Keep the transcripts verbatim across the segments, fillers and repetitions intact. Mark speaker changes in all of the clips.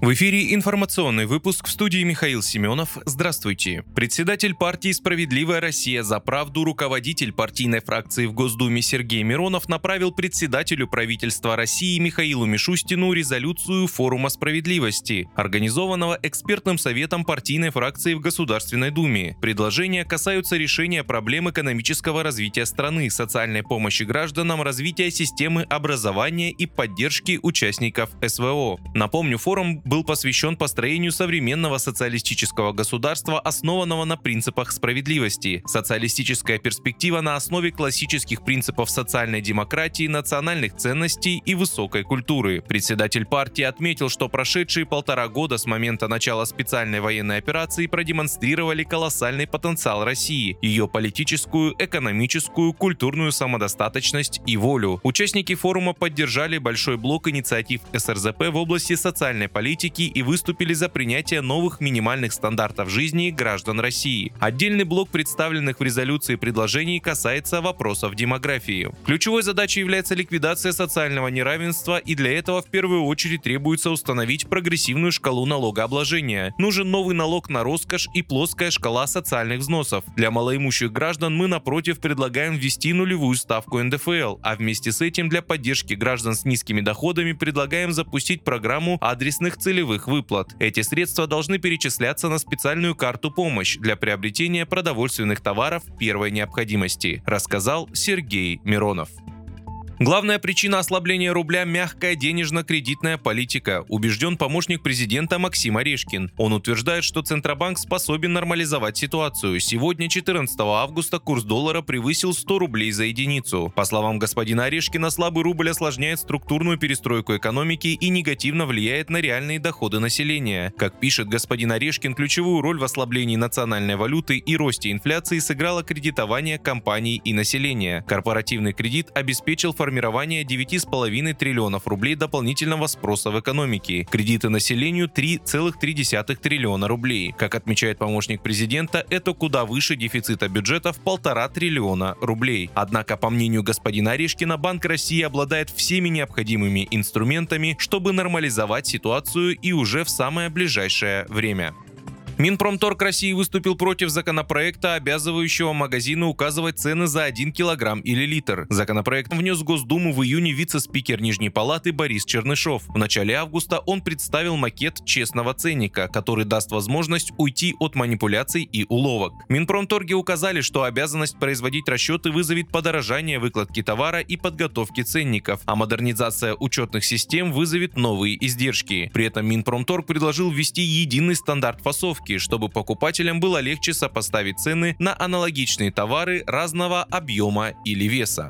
Speaker 1: В эфире информационный выпуск, в студии Михаил Семенов. Здравствуйте. Председатель партии «Справедливая Россия за правду», руководитель партийной фракции в Госдуме Сергей Миронов направил председателю правительства России Михаилу Мишустину резолюцию Форума справедливости, организованного экспертным советом партийной фракции в Государственной Думе. Предложения касаются решения проблем экономического развития страны, социальной помощи гражданам, развития системы образования и поддержки участников эс вэ о. Напомню, форум был посвящен построению современного социалистического государства, основанного на принципах справедливости. Социалистическая перспектива на основе классических принципов социальной демократии, национальных ценностей и высокой культуры. Председатель партии отметил, что прошедшие полтора года с момента начала специальной военной операции продемонстрировали колоссальный потенциал России, ее политическую, экономическую, культурную самодостаточность и волю. Участники форума поддержали большой блок инициатив эс эр зэ пэ в области социальной политики и выступили за принятие новых минимальных стандартов жизни граждан России. Отдельный блок представленных в резолюции предложений касается вопросов демографии. Ключевой задачей является ликвидация социального неравенства, и для этого в первую очередь требуется установить прогрессивную шкалу налогообложения. Нужен новый налог на роскошь и плоская шкала социальных взносов. Для малоимущих граждан мы, напротив, предлагаем ввести нулевую ставку эн дэ эф эл, а вместе с этим для поддержки граждан с низкими доходами предлагаем запустить программу адресных целевых выплат. Эти средства должны перечисляться на специальную карту «Помощь» для приобретения продовольственных товаров первой необходимости, рассказал Сергей Миронов. Главная причина ослабления рубля – мягкая денежно-кредитная политика, убежден помощник президента Максим Орешкин. Он утверждает, что Центробанк способен нормализовать ситуацию. Сегодня, четырнадцатого августа, курс доллара превысил сто рублей за единицу. По словам господина Орешкина, слабый рубль осложняет структурную перестройку экономики и негативно влияет на реальные доходы населения. Как пишет господин Орешкин, ключевую роль в ослаблении национальной валюты и росте инфляции сыграло кредитование компаний и населения. Корпоративный кредит обеспечил формирование формирование девять с половиной триллионов рублей дополнительного спроса в экономике. Кредиты населению – три целых три десятых триллиона рублей. Как отмечает помощник президента, это куда выше дефицита бюджета в полтора триллиона рублей. Однако, по мнению господина Орешкина, Банк России обладает всеми необходимыми инструментами, чтобы нормализовать ситуацию и уже в самое ближайшее время. Минпромторг России выступил против законопроекта, обязывающего магазины указывать цены за один килограмм или литр. Законопроект внес в Госдуму в июне вице-спикер Нижней палаты Борис Чернышов. В начале августа он представил макет честного ценника, который даст возможность уйти от манипуляций и уловок. В Минпромторге указали, что обязанность производить расчеты вызовет подорожание выкладки товара и подготовки ценников, а модернизация учетных систем вызовет новые издержки. При этом Минпромторг предложил ввести единый стандарт фасовки, чтобы покупателям было легче сопоставить цены на аналогичные товары разного объема или веса.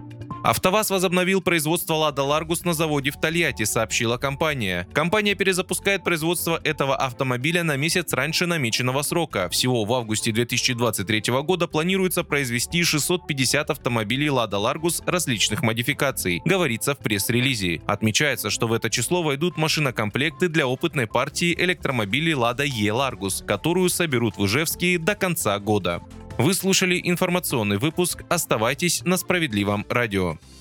Speaker 1: АвтоВАЗ возобновил производство «Лада Ларгус» на заводе в Тольятти, сообщила компания. Компания перезапускает производство этого автомобиля на месяц раньше намеченного срока. Всего в августе две тысячи двадцать третьего года планируется произвести шестьсот пятьдесят автомобилей «Лада Ларгус» различных модификаций, говорится в пресс-релизе. Отмечается, что в это число войдут машинокомплекты для опытной партии электромобилей «Лада Е Ларгус», которую соберут в Ижевске до конца года. Вы слушали информационный выпуск. Оставайтесь на Справедливом радио.